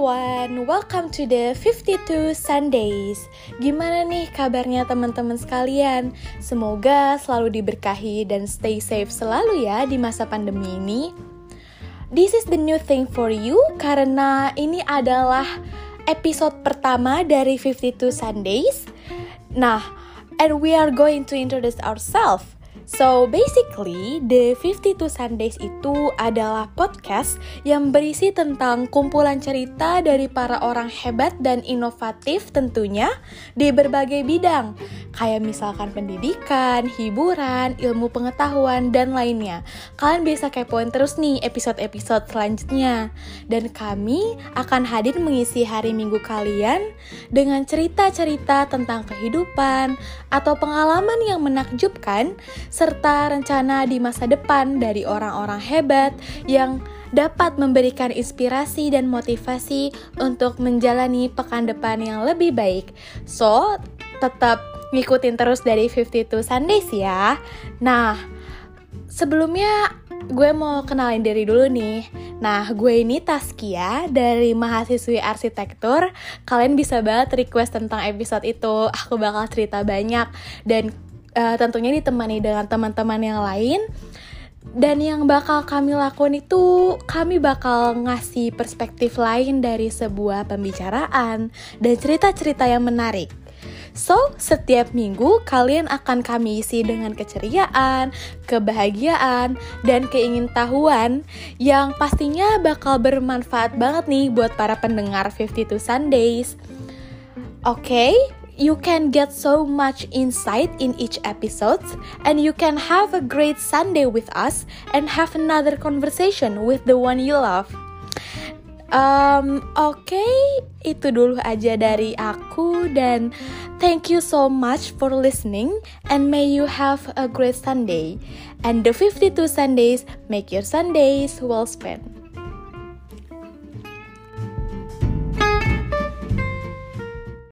everyone, welcome to the 52 Sundays. Gimana nih kabarnya teman-teman sekalian? Semoga selalu diberkahi dan stay safe selalu ya di masa pandemi ini. This is the new thing for you karena ini adalah episode pertama dari 52 Sundays. Nah, and we are going to introduce ourselves. So basically, the 52 Sundays itu adalah podcast yang berisi tentang kumpulan cerita dari para orang hebat dan inovatif tentunya di berbagai bidang. Kayak misalkan pendidikan, hiburan, ilmu pengetahuan, dan lainnya. Kalian bisa kepoin terus nih episode-episode selanjutnya. Dan kami akan hadir mengisi hari Minggu kalian dengan cerita-cerita tentang kehidupan atau pengalaman yang menakjubkan serta rencana di masa depan dari orang-orang hebat yang dapat memberikan inspirasi dan motivasi untuk menjalani pekan depan yang lebih baik. So, tetap ngikutin terus dari 52 Sundays ya. Nah, sebelumnya gue mau kenalin diri dulu nih. Nah, gue ini Taskia dari mahasiswi arsitektur. Kalian bisa banget request tentang episode itu. Aku bakal cerita banyak dan tentunya ditemani dengan teman-teman yang lain. Dan yang bakal kami lakukan itu, kami bakal ngasih perspektif lain dari sebuah pembicaraan dan cerita-cerita yang menarik. So, setiap minggu kalian akan kami isi dengan keceriaan, kebahagiaan, dan keingintahuan yang pastinya bakal bermanfaat banget nih buat para pendengar 52 Sundays. Okay? You can get so much insight in each episode, and you can have a great Sunday with us and have another conversation with the one you love. Okay, itu dulu aja dari aku dan thank you so much for listening and may you have a great Sunday. And the 52 Sundays make your Sundays well spent.